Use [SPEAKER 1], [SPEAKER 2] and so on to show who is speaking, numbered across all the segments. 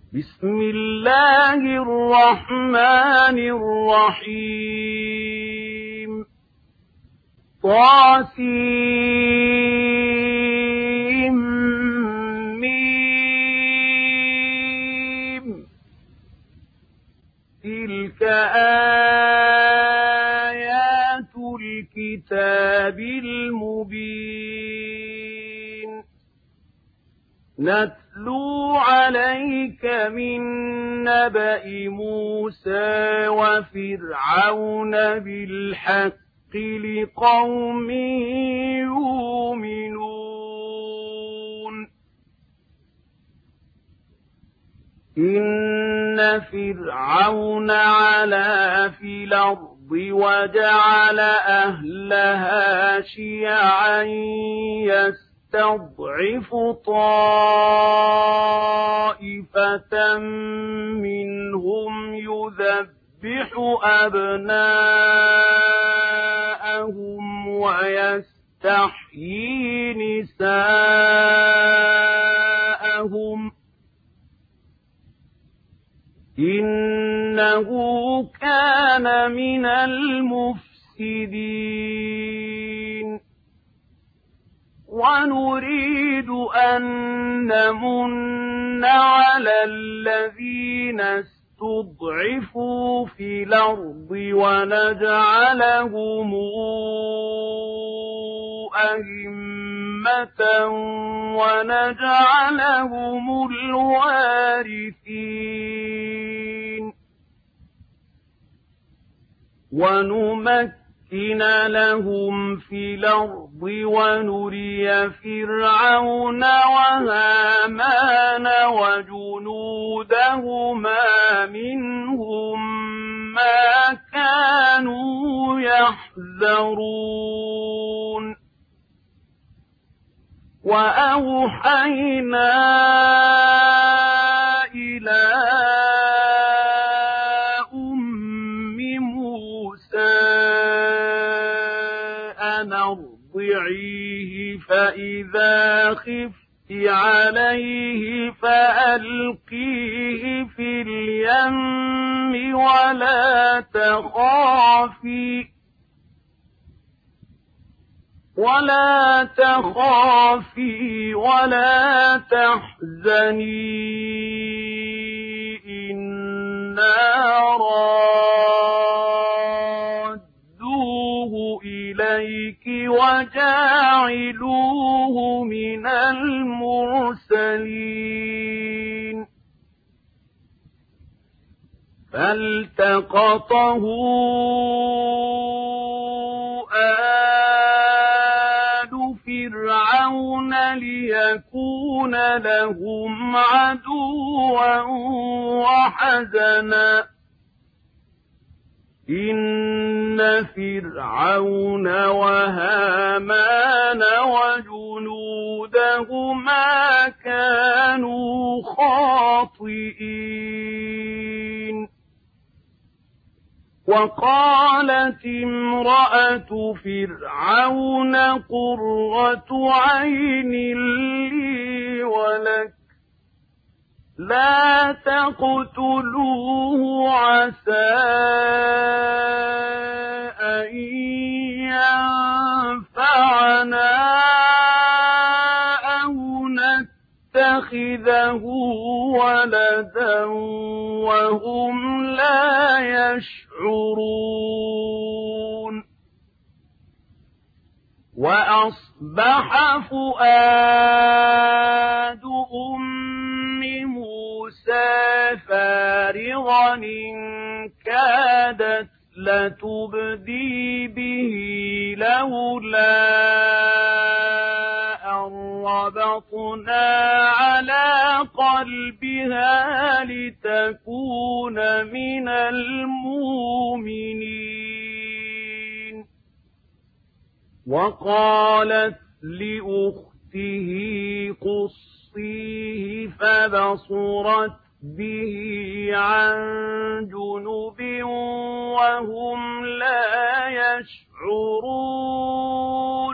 [SPEAKER 1] بسم الله الرحمن الرحيم طاسيم تلك آيات الكتاب المبين نتلو عليك من نبأ موسى وفرعون بالحق لقوم يؤمنون إن فرعون علا في الأرض وجعل أهلها شيعا يستضعف طائفة منهم يذبح أبناءهم ويستحيي نساءهم إنه كان من المفسدين ونريد أن نمن على الذين استضعفوا في الأرض ونجعلهم أئمة ونجعلهم الوارثين ونمكن لهم في الأرض ونري فرعون وهامان وجنودهما منهم ما كانوا يحذرون وأوحينا إلى أم موسى أن أرضعيه فإذا خفت عليه فألقيه في اليم ولا تخافي ولا تحزني إنا رادوه إليك وجاعلوه من المرسلين فالتقطه فرعون ليكون لهم عدوا وحزنا إن فرعون وهامان وجنودهما كانوا خاطئين وقالت امرأة فرعون قرة عين لي ولك لا تقتلوه عسى أن ينفعنا أو نتخذه ولدا وهم لا يشعرون وأصبح فؤاد أم موسى فارغا إن كادت لتبدي به لولا أن ربطنا على قلبها لتكون من المؤمنين وقالت لأخته قصيه فبصرت به عن جنب وهم لا يشعرون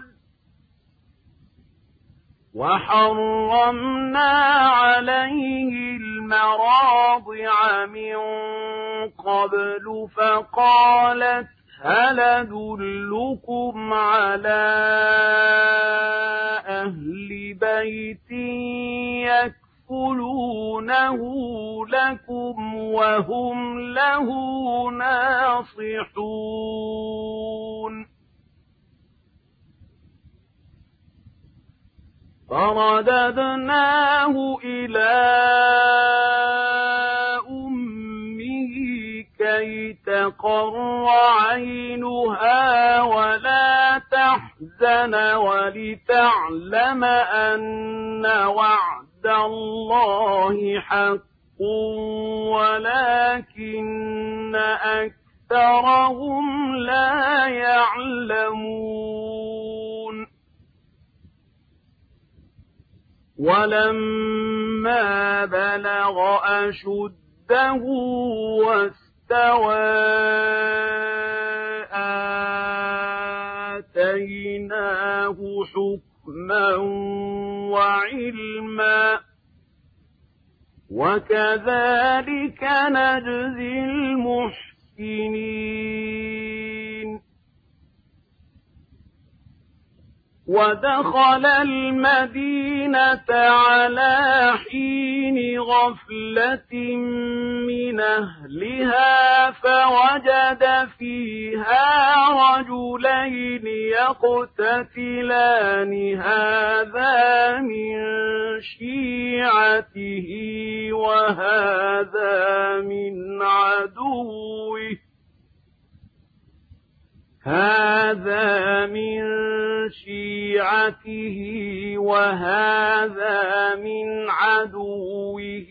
[SPEAKER 1] وحرمنا عليه المراضع من قبل فقالت هل أدلكم على أهل بيت يكفلونه لكم وهم له ناصحون فرددناه إلى أمه كي تقر عينها ولا تحزن ولتعلم أن وعد الله حق ولكن أكثرهم لا يعلمون ولما بلغ أشده واستوى آتيناه حكما وعلما وكذلك نجزي المحسنين ودخل المدينة على حين غفلة من أهلها فوجد فيها رجلين يقتتلان هذا من شيعته وهذا من عدوه هذا من شيعته وهذا من عدوه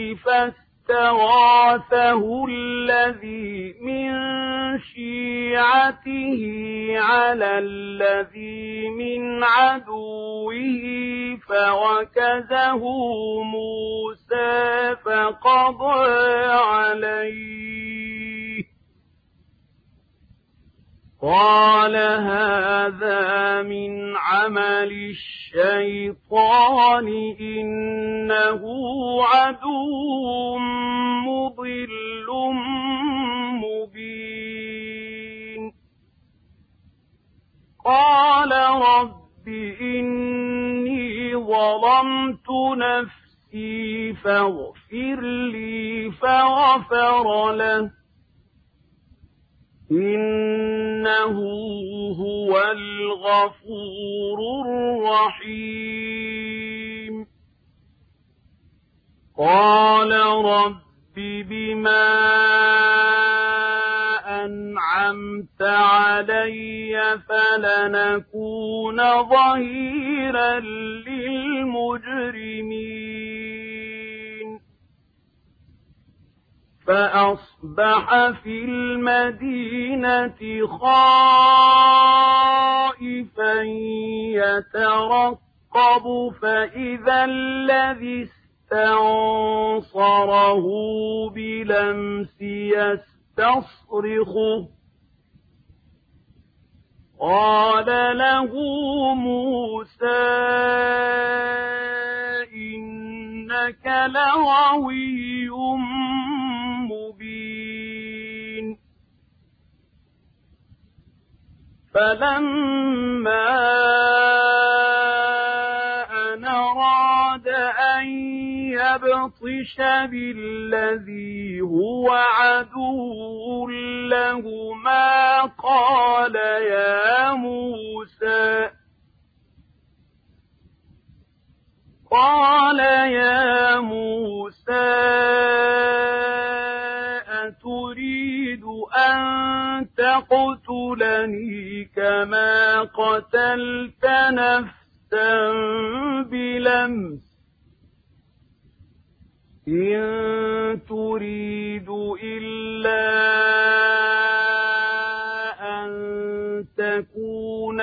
[SPEAKER 1] فاستغاثه الذي من شيعته على الذي من عدوه فوكزه موسى فقضى عليه قال هذا من عمل الشيطان إنه عدو مضل مبين قال رب إني ظلمت نفسي فاغفر لي فغفر له إنه هو الغفور الرحيم قال رب بما أنعمت علي فلنكون ظهيرا للمجرمين فأصبح في المدينة خائفا يترقب فإذا الذي استنصره بلمس يستصرخه قال له موسى إنك لغوي مبين فلما أن أراد أن يبطش بالذي هو عدو لهما قال يا موسى أتريد أن تقتلني كما قتلت نفسا بلمس إن تريد إلا أن تكون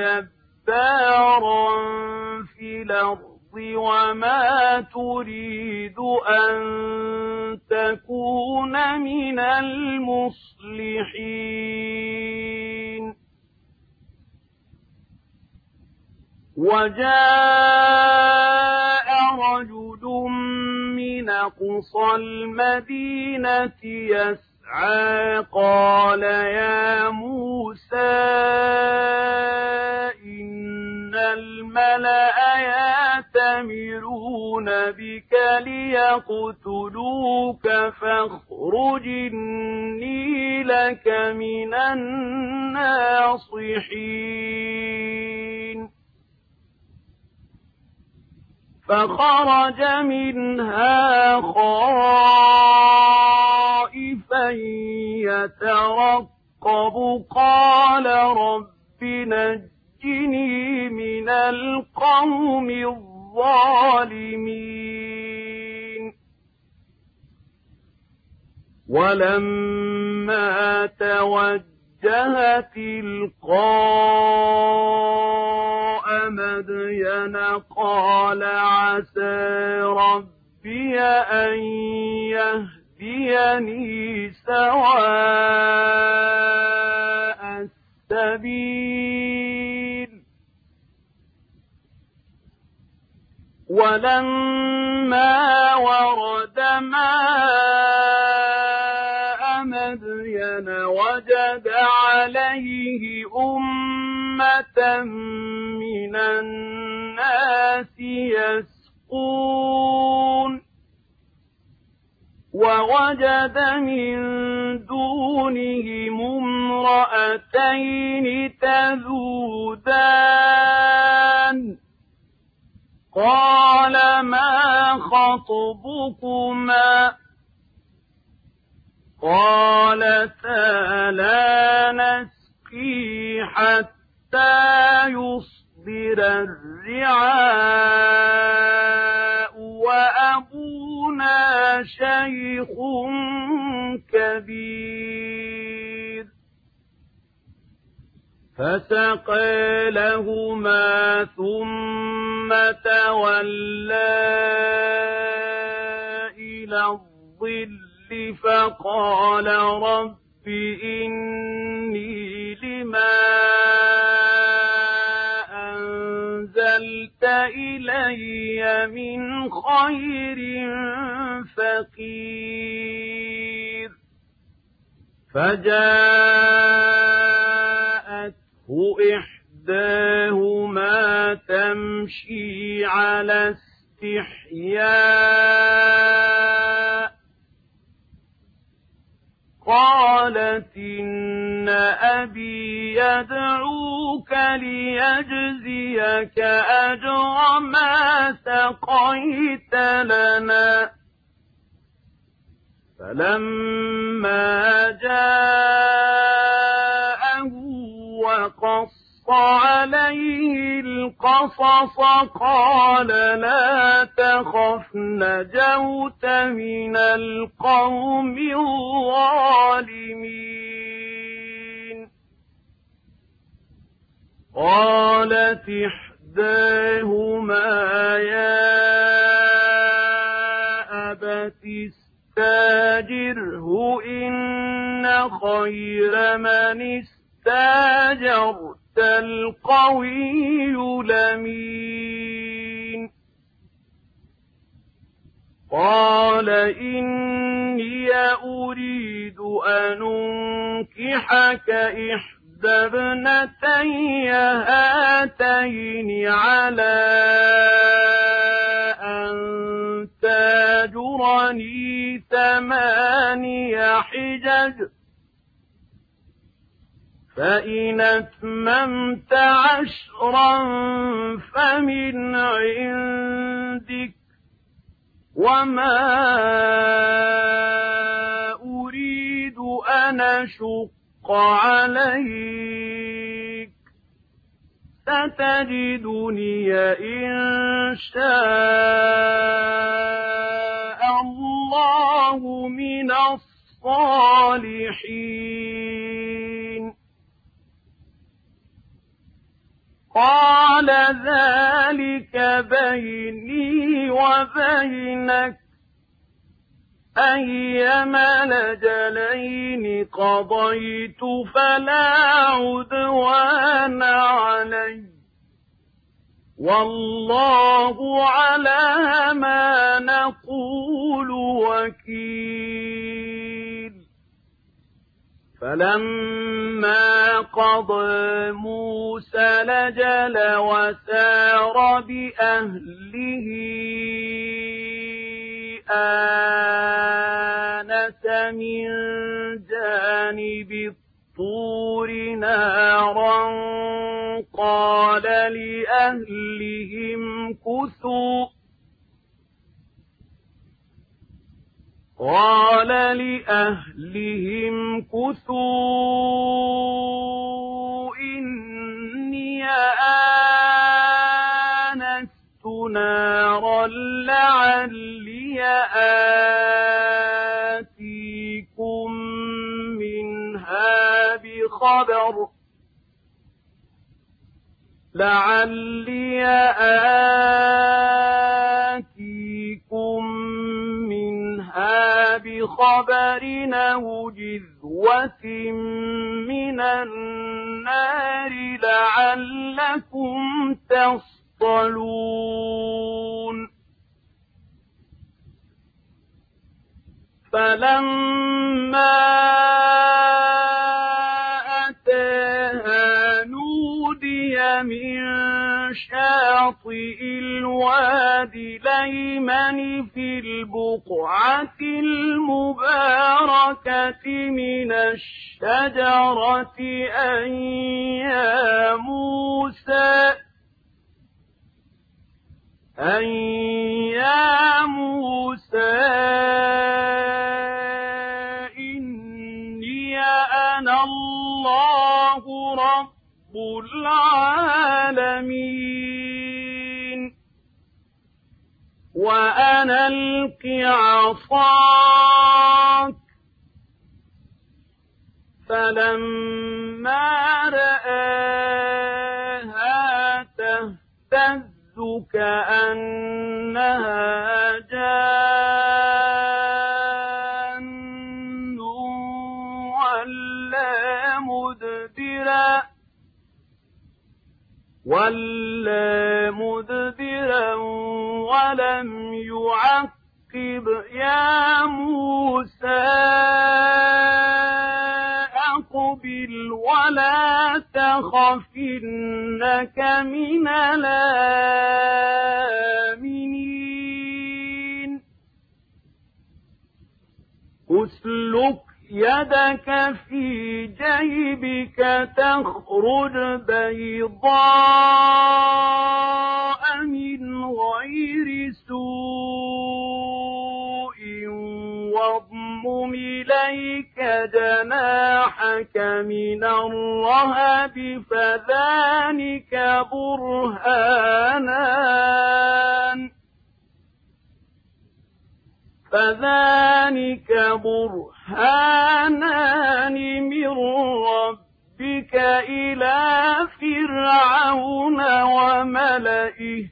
[SPEAKER 1] جبارا في الأرض وما تريد أن تكون من المصلحين وجاء رجل من أقصى المدينة يسعى قال يا موسى إن الملأ يأتمرون بك ليقتلوك فاخرج إني لك من الناصحين فخرج منها خائفا يترقب قال رب نجني من القوم الظالمين ولما توجه تلقاء مدين قال عسى ربي أن يهديني سواء السبيل ولما ورد ماء مدين وجد عليه أمة من الناس يسقون ووجد من دونهم امرأتين تذودان قال ما خطبكما قالتا لا نسقي حتى يصدر الرعاء وأبونا شيخ كبير فسقى لهما ثم تولى إلى الظل فقال رب إني لما أنزلت إلي من خير فقير فجاءته إحداهما تمشي على استحياء قالت إن أبي يدعوك ليجزيك أجر ما سقيت لنا فلما جاءه وقص عليه القصص قال لا تخف نجوت من القوم الظالمين قالت إحداهما يا أبت استاجره إن خير من استاجرت القوي الأمين قال إني أريد أن أنكحك إحدى ابنتي هاتين على أن تاجرني 8 حجج فإن أتممت 10 فمن عندك وما أريد أن أشق عليك ستجدني إن شاء الله من الصالحين قال ذلك بيني وبينك أيما الأجلين قضيت فلا عدوان علي والله على ما نقول وكيل. فلما قضى موسى الأجل وسار بأهله آنس من جانب الطور نارا قال لأهلهم كثوا إني آنست نارا لعلي آتيكم منها بخبر أو جذوة من النار لعلكم تصطلون. فلما أتاها نودي من شاطئ الوادي الأيمن في البقعة المباركة من الشجرة أن يا موسى إني أنا الله رب العالمين وأن ألق عصاك. فلما رآها تهتز كأنها جان وَلَّىٰ مُدْبِرًا وَلَمْ يُعَقِّبْ يَا مُوسَىٰ أَقْبِلْ وَلَا تَخَفْ إِنَّكَ مِنَ الْآمِنِينَ اسْلُكْ يدك في جيبك تخرج بيضاء من غير سوء واضمم إليك جناحك من الرهب فذلك برهانان من ربك إلى فرعون وملئه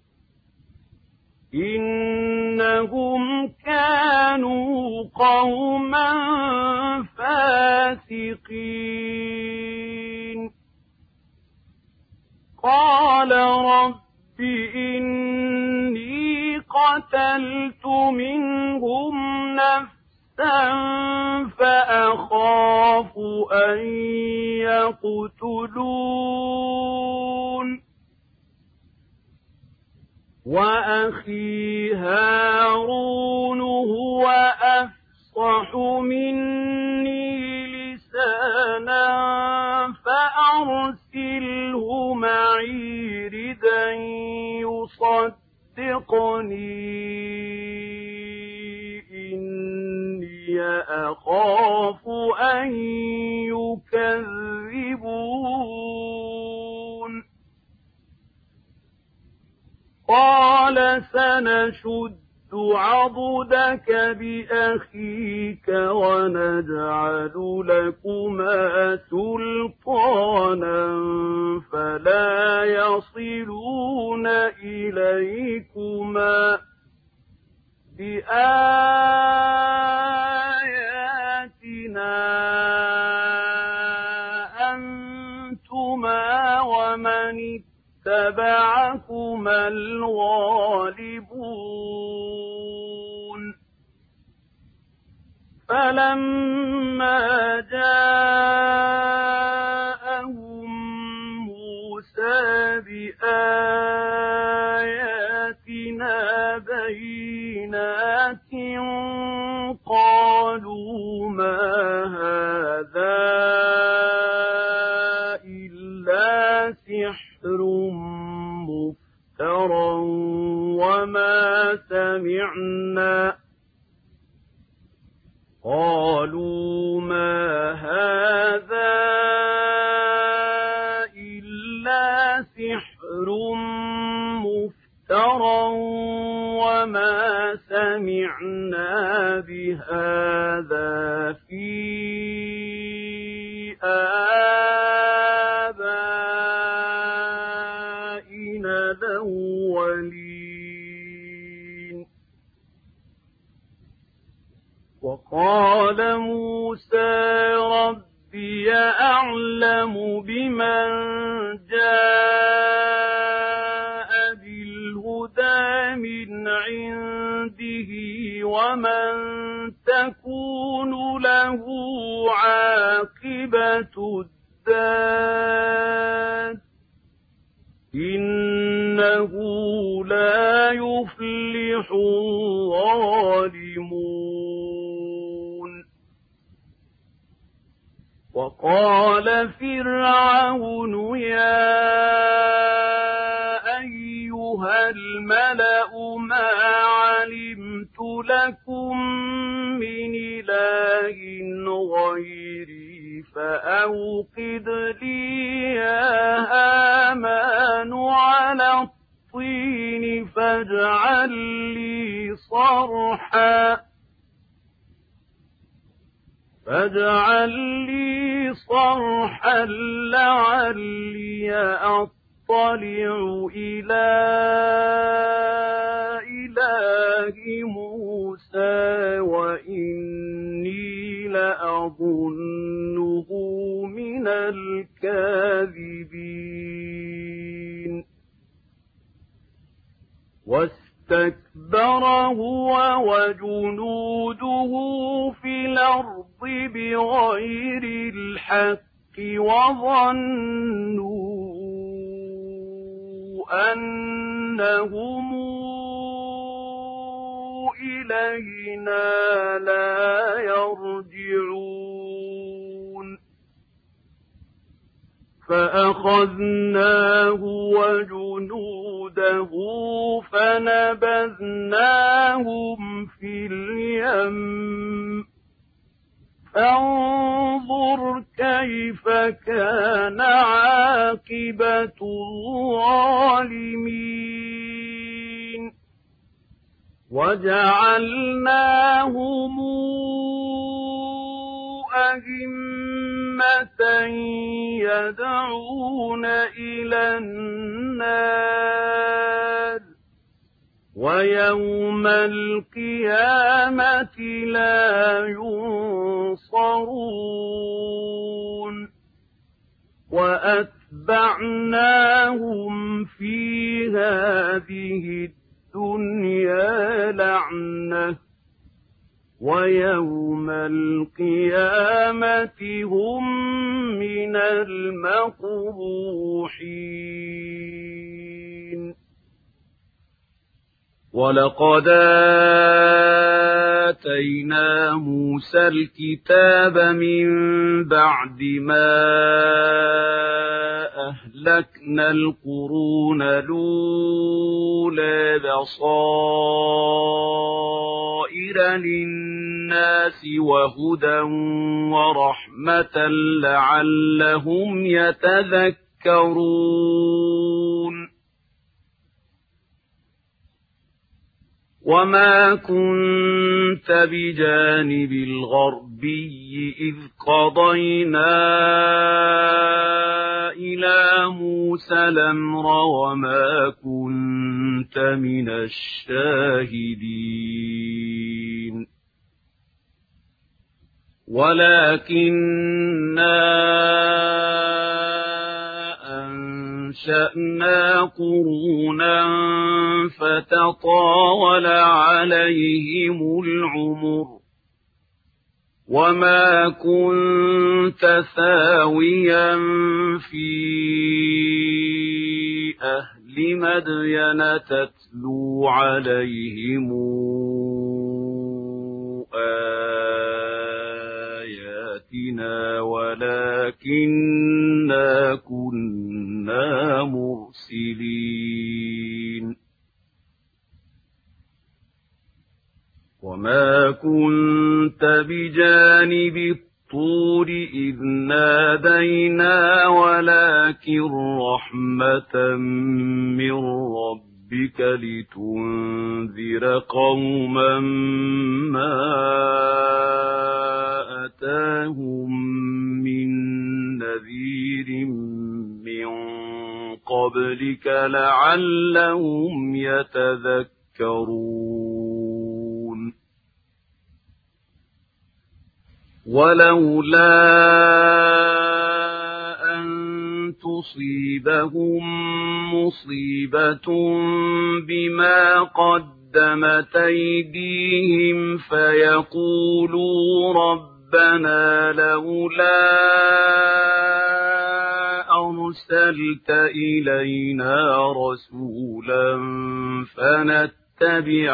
[SPEAKER 1] إنهم كانوا قوما فاسقين. قال رب إني قتلت منهم نفسا فأخاف أن يقتلون وأخي هارون هو أفصح مني لسانا فأرسله معي ردا يصدقني إني أخاف أن يكذبون. قال سنشد عضدك بأخيك ونجعل لكما سلطانا فلا يصلون إليكما بآياتنا أنتما ومن اتبعكما الغالبون فلما جاءهم موسى بآياتنا بينات قالوا ما هذا إلا سحر مفترى وما سمعنا قالوا ما هذا إلا سحر مفترى وما سمعنا بهذا في آبائنا الأولين وقال موسى ربي أعلم بمن جاء بالهدى من عنده ومن تكون له عاقبة الدار إنه لا يفلح الظالمون وقال فرعون يا أيها الملأ ما علمت لكم من إله غيري فأوقد لي يا هامان على الطين فاجعل لي صرحا لعلي أطلع إلى إله موسى وإني لأظنه من الكاذبين واستكبر هو وجنوده في الأرض بغير الحق وظنوا أنهم إلينا لا يرجعون فأخذناه وجنوده فنبذناهم في اليم فانظر كيف كان عاقبة الظالمين وجعلناهم أئمة يدعون إلى النار ويوم القيامة لا ينصرون وأتبعناهم في هذه الدنيا لعنة ويوم القيامة هم من المقبوحين ولقد آتينا موسى الكتاب من بعد ما أهلكنا القرون الأولى بصائر للناس وهدى ورحمة لعلهم يتذكرون وما كنت بجانب الغربي إذ قضينا إلى موسى الأمر وما كنت من الشاهدين ولكننا أنشأنا قرونا فتطاول عليهم العمر وما كنت ثاويا في أهل مدين تتلو عليهم آياتنا ولكننا كنا مرسلين وما كنت بجانب الطور إذ نادينا ولكن رحمة من ربك لتنذر قوما ما أتاهم من نذير من قبلك لعلهم يتذكرون ولولا أن تصيبهم مصيبة بما قدمت أيديهم فيقولوا ربنا لولا أرسلت إلينا رسولا فنتبع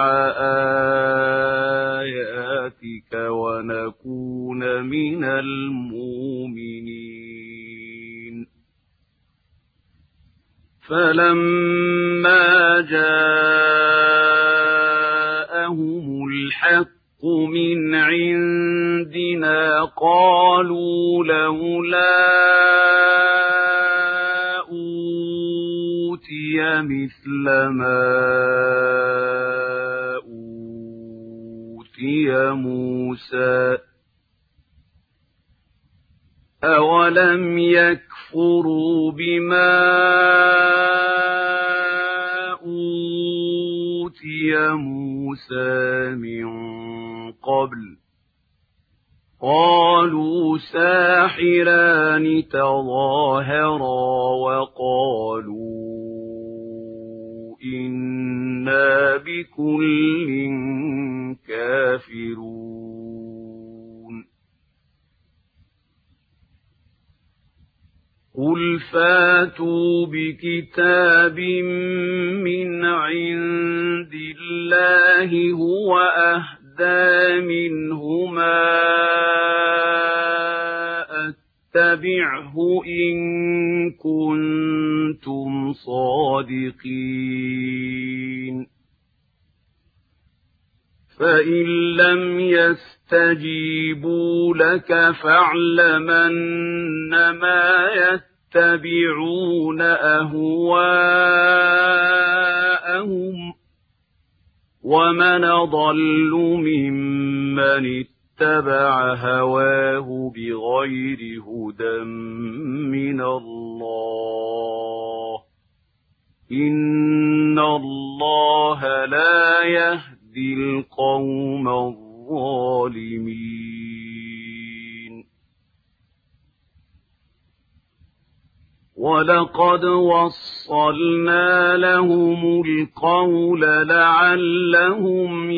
[SPEAKER 1] آياتك ونكون من المؤمنين فلما جاءهم الحق من عندنا قالوا لولا أوتي مثل ما أوتي موسى أولم يكفروا بما أوتي موسى من قبل قالوا ساحران تظاهرا وقالوا إنا بكل كافرون قل فاتوا بكتاب من عند الله هو أهدى منهما أتبعه إن كنتم صادقين فإن لم يستجيبوا لك فاعلم أنما يتبعون أهواءهم ومن أضل ممن اتبع هواه بغير هدى من الله إن الله لا يهدي القوم الظالمين ولقد وصلنا لهم القول لعلهم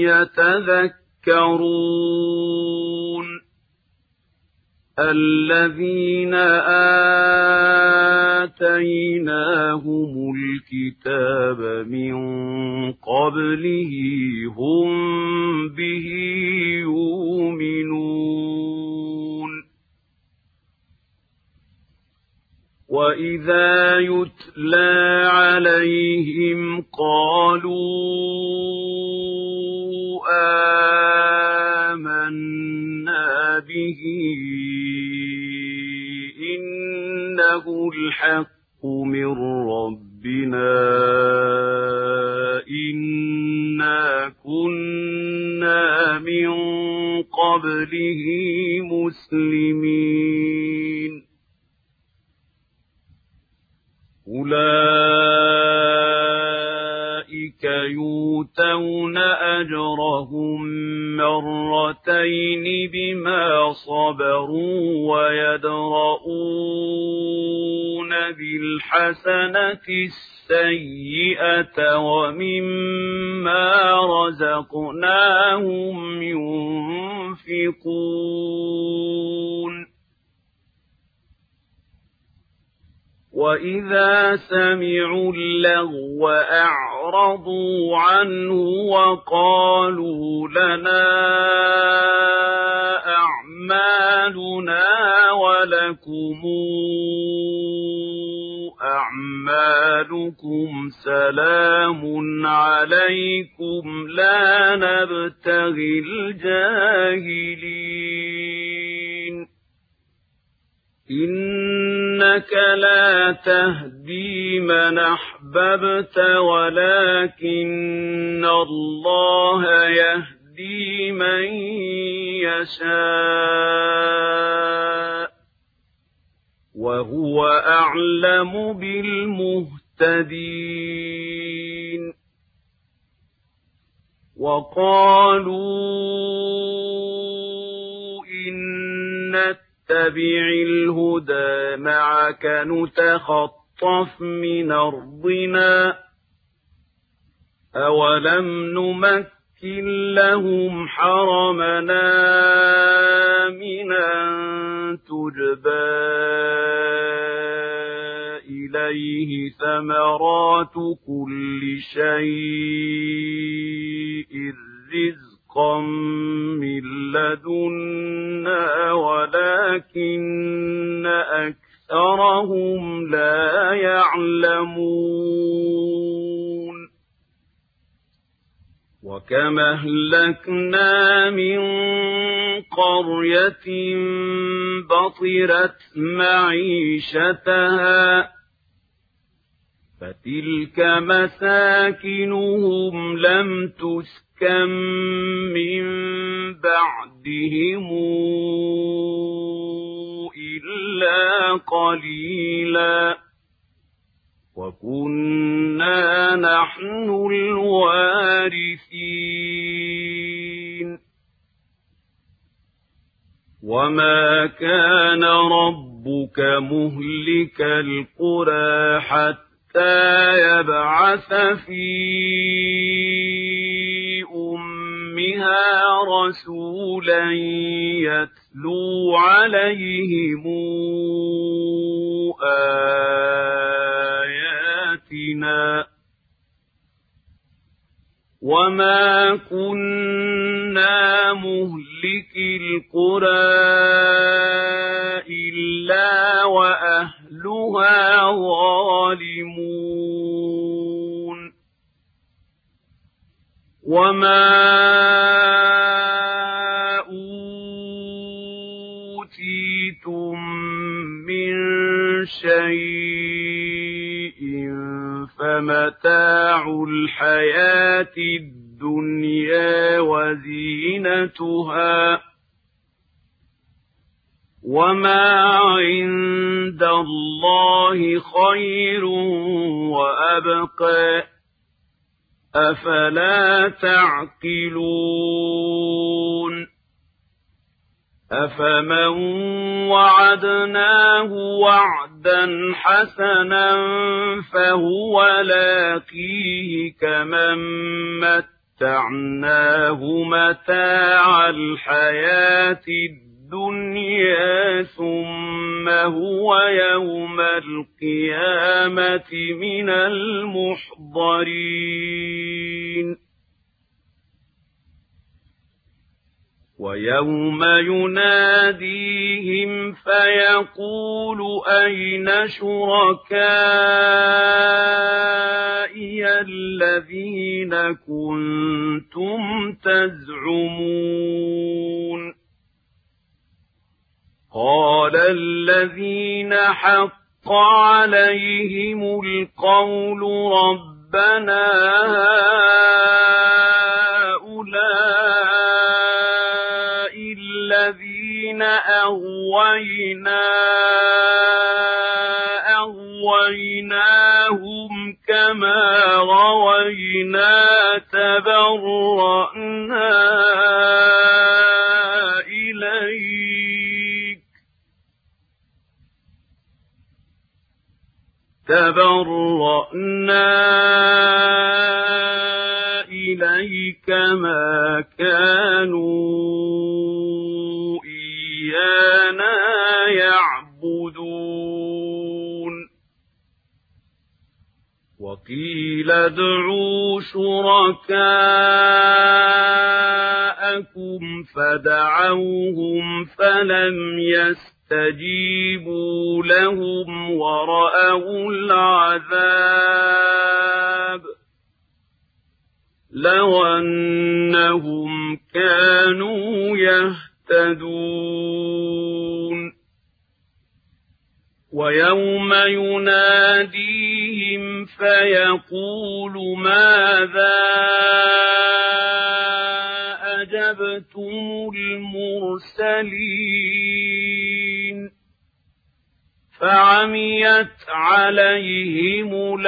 [SPEAKER 1] يتذكرون الذين آتيناهم الكتاب من قبله هم به يؤمنون وإذا يتلى عليهم قالوا آمنا به إنه الحق من ربنا إنا كنا من قبله مسلمين أولئك أولئك يؤتون أجرهم مرتين بما صبروا ويدرؤون بالحسنة السيئة ومما رزقناهم ينفقون وإذا سمعوا اللغو أعرضوا عنه وقالوا لنا أعمالنا ولكم أعمالكم سلام عليكم لا نبتغي الجاهلين إنك لا تهدي من أحببت ولكن الله يهدي من يشاء وهو أعلم بالمهتدين وقالوا إن نتبع الهدى معك نتخطف من أرضنا أولم نمكن لهم حرمنا آمنا تجبى إليه ثمرات كل شيء رزقا من لدنا ولكن أكثرهم لا يعلمون وكم أهلكنا من قرية بطرت معيشتها فتلك مساكنهم لم تسكن من بعدهم إلا قليلا وكنا نحن الوارثين وما كان ربك مهلك القرى حتى يبعث في أمها رسولا يتلو عليهم آياتنا وما كنا مهلك القرى إلا وأهلها ظالمون وما أوتيتم من شيء فمتاع الحياة الدنيا وزينتها وما عند الله خير وأبقى أفلا تعقلون أفمن وعدناه وعدا حسنا فهو لاقيه كمن متعناه متاع الحياة الدنيا ثم هو يوم القيامة من المحضرين ويوم يناديهم فيقول أين شركائي الذين كنتم تزعمون قال الذين حق عليهم القول ربنا هؤلاء الذين رويناهم كما روينا تبرأنا إليك ما كانوا إيانا يعبدون وقيل ادعوا شركاءكم فدعوهم فلم يستجيبوا لهم ورأوا العذاب لو أنهم كانوا يهتدون ويوم يناديهم فيقول ماذا أجبتم المرسلين فعميت عليهم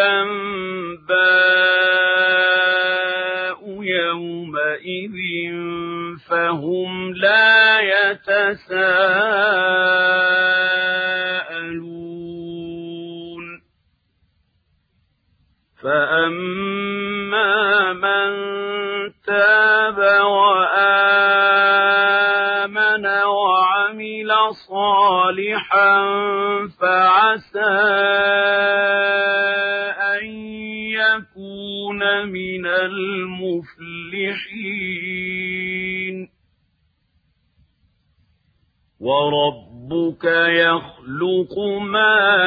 [SPEAKER 1] الأنباء يومئذ فهم لا يتساءلون فأما من تاب وآمن وعمل صالحا فعسى أن يكون من المفلحين وربك يخلق ما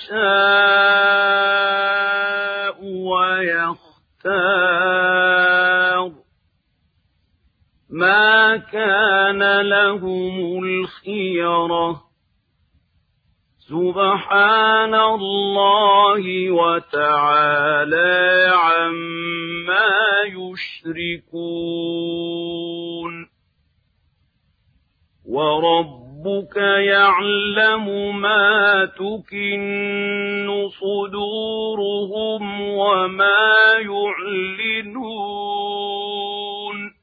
[SPEAKER 1] يشاء ويختار ما كان لهم الخيرة سبحان الله وتعالى عما يشركون وربك يعلم ما تكن صدورهم وما يعلنون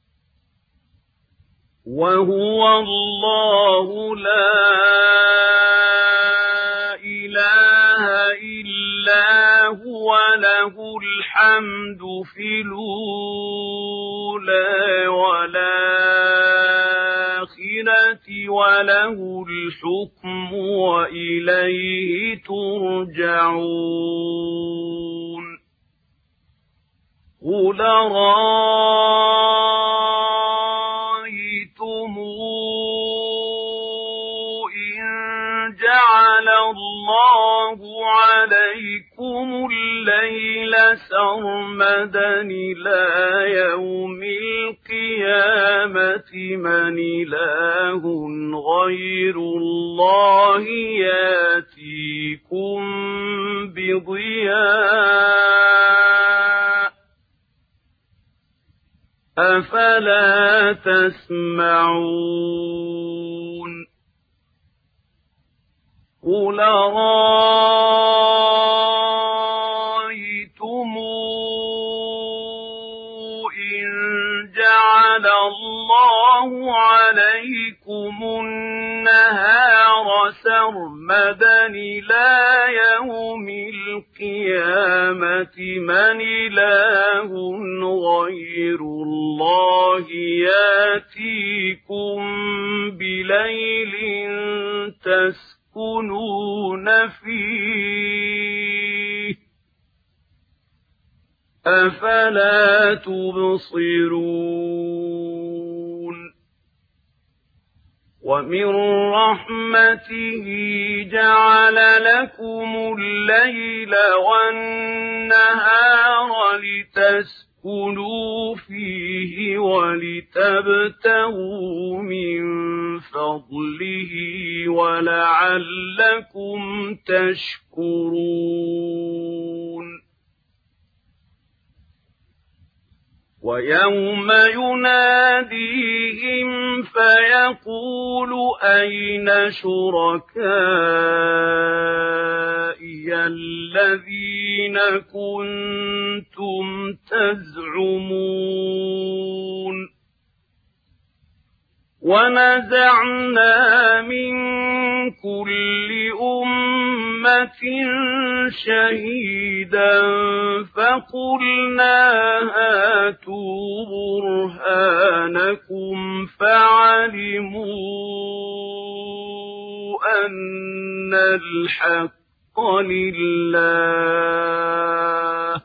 [SPEAKER 1] وهو الله لا إله إلا هو له الحمد في الأولى والآخرة وله الحكم وإليه ترجعون قل رأيتم إن جعل الله عليكم الليل سرمدا إلى يوم القيامة من إله غير الله يأتيكم بضياء أفلا تسمعون قل رأيتم إن جعل الله عليكم النهار سرمدا إلى يوم القيامة من إله غير الله يأتيكم بليل تسكنون فيه أفلا تبصرون ومن رحمته جعل لكم الليل والنهار لتسكنوا فيه ولتبتغوا من فضله ولعلكم تشكرون ويوم يناديهم فيقول أين شركائي الذين كنتم تزعمون ونزعنا من كل أمة شهيدا فقلنا هاتوا برهانكم فعلموا أن الحق لله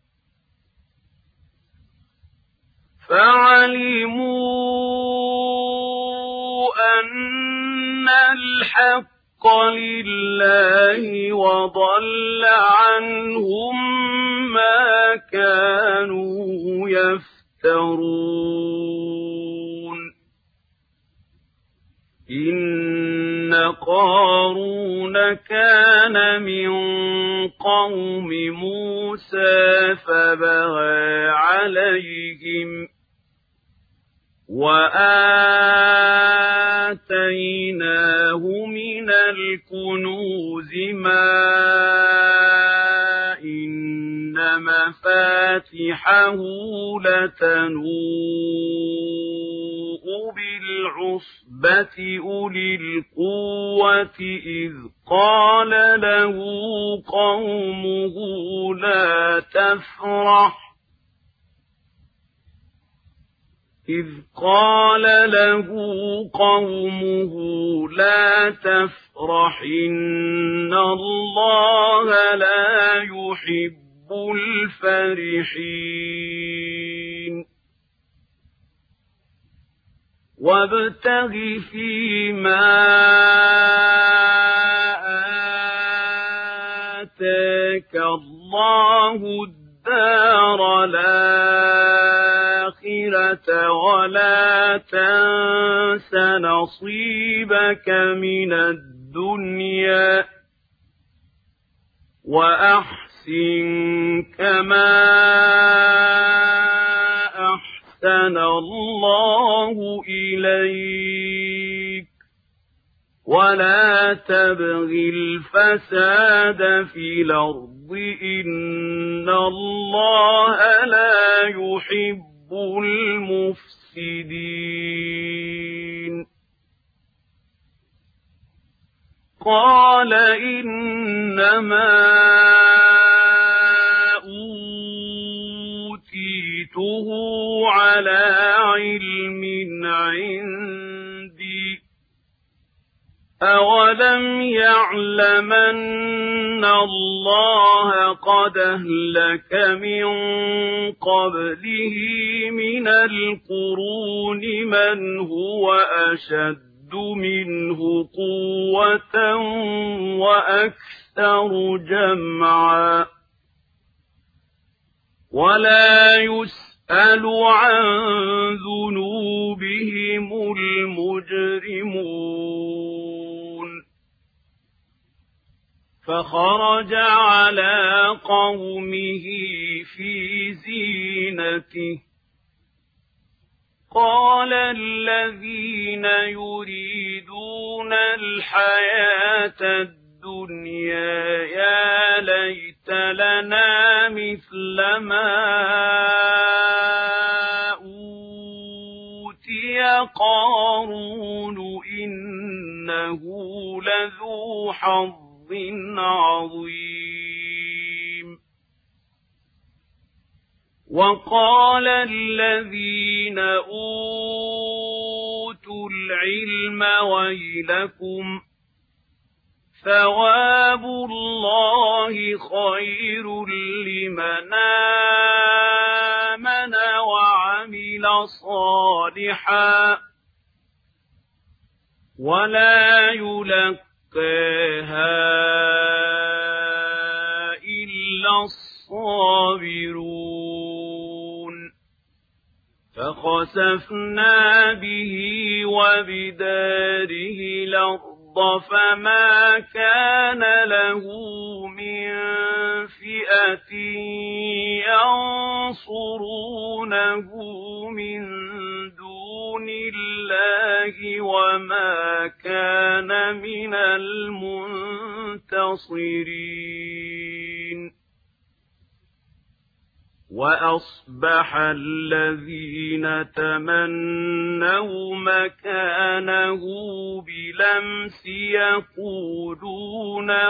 [SPEAKER 1] وضل عنهم ما كانوا يفترون إن قارون كان من قوم موسى فبغى عليهم وآتيناه من الكنوز ما إن مفاتحه لتنوء بالعصبة أولي القوة إذ قال له قومه لا تفرح إن الله لا يحب الفرحين وابتغ فيما آتاك الله الدار الآخرة ولا تنس نصيبك من الدنيا وأحسن كما أحسن الله إليك ولا تبغ الفساد في الأرض إن الله لا يحب المفسدين قال إنما أوتيته على علم عندي أولم يعلمن الله قد أهلك من قبله من القرون من هو أشد منه قوة وأكثر جمعا ولا يسأل عن ذنوبهم المجرمون فخرج على قومه في زينته قال الذين يريدون الحياة الدنيا يا ليت لنا مثل ما أوتي قارون إنه لذو حظ عظيم وقال الذين أوتوا العلم ويلكم ثواب الله خير لمن آمن وعمل صالحا ولا يلقاها إلا الصابرون فخسفنا به وبداره الأرض فما كان له من فئة ينصرونه من دون الله وما كان من المنتصرين وأصبح الذين تمنوا مكانه بلمس يقولون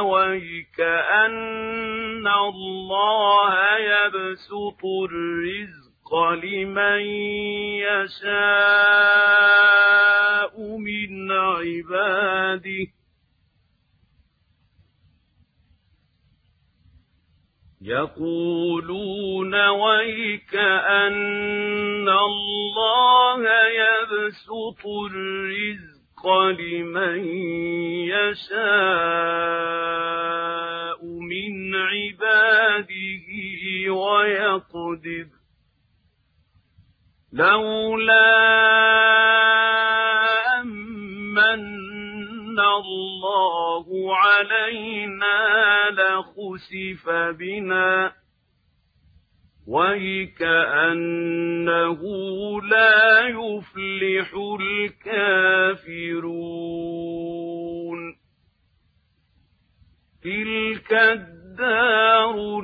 [SPEAKER 1] ويكأن الله يبسط الرزق لمن يشاء من عباده يقولون ويكأن الله يبسط الرزق لمن يشاء من عباده ويقدر لولا أمن الله علينا لخسف بنا ويكأنه لا يفلح الكافرون تلك الدار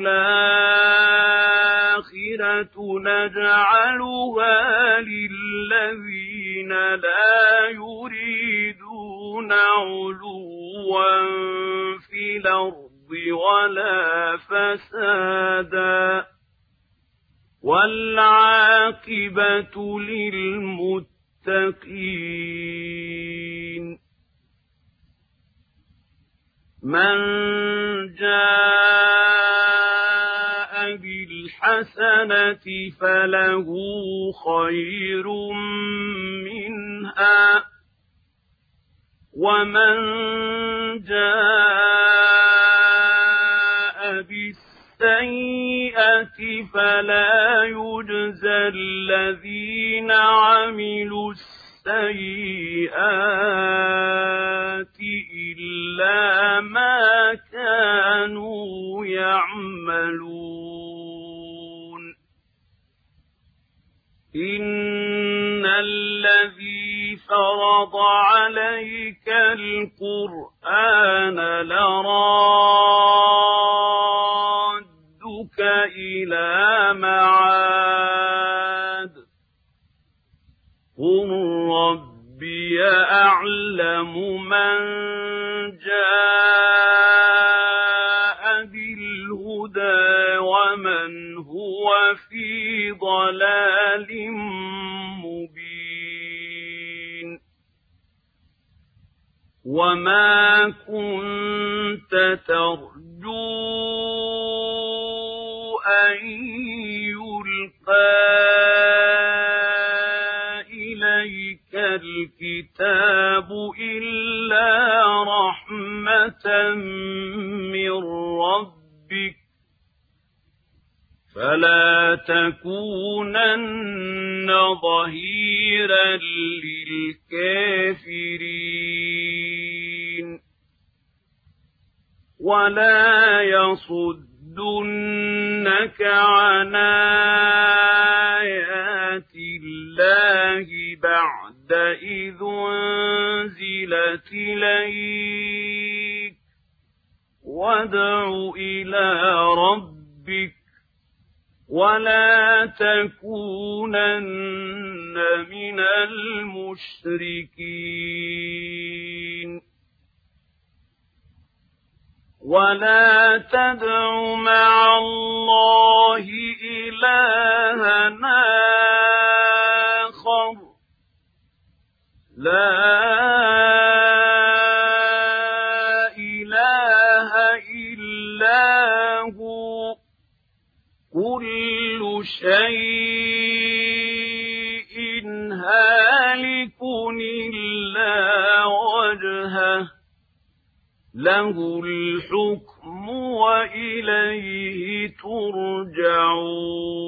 [SPEAKER 1] الآخرة نجعلها للذين لا يريدون علوا في الأرض ولا فسادا والعاقبة للمتقين من جاء بالحسنة فله خير منها ومن جاء بالسيئة فلا يجزى الذين عملوا السيئات إلا ما كانوا يعملون إن الذي فرض عليك القرآن لرادك إلى معاد قل ربي أعلم من جاء بالهدى ومن هو في ضلال مبين وما كنت ترجو أن يلقى إليك الكتاب إلا رحمة من ربك فلا تكونن ظهيرا للكافرين ولا يصدنك عن آيات الله بعد إذ أنزلت إليك وادع إلى ربك ولا تكونن من المشركين ولا تدع مع الله إلها آخر لا إله إلا هو كل شيء هالك إلا وجهه له الحكم وإليه ترجعون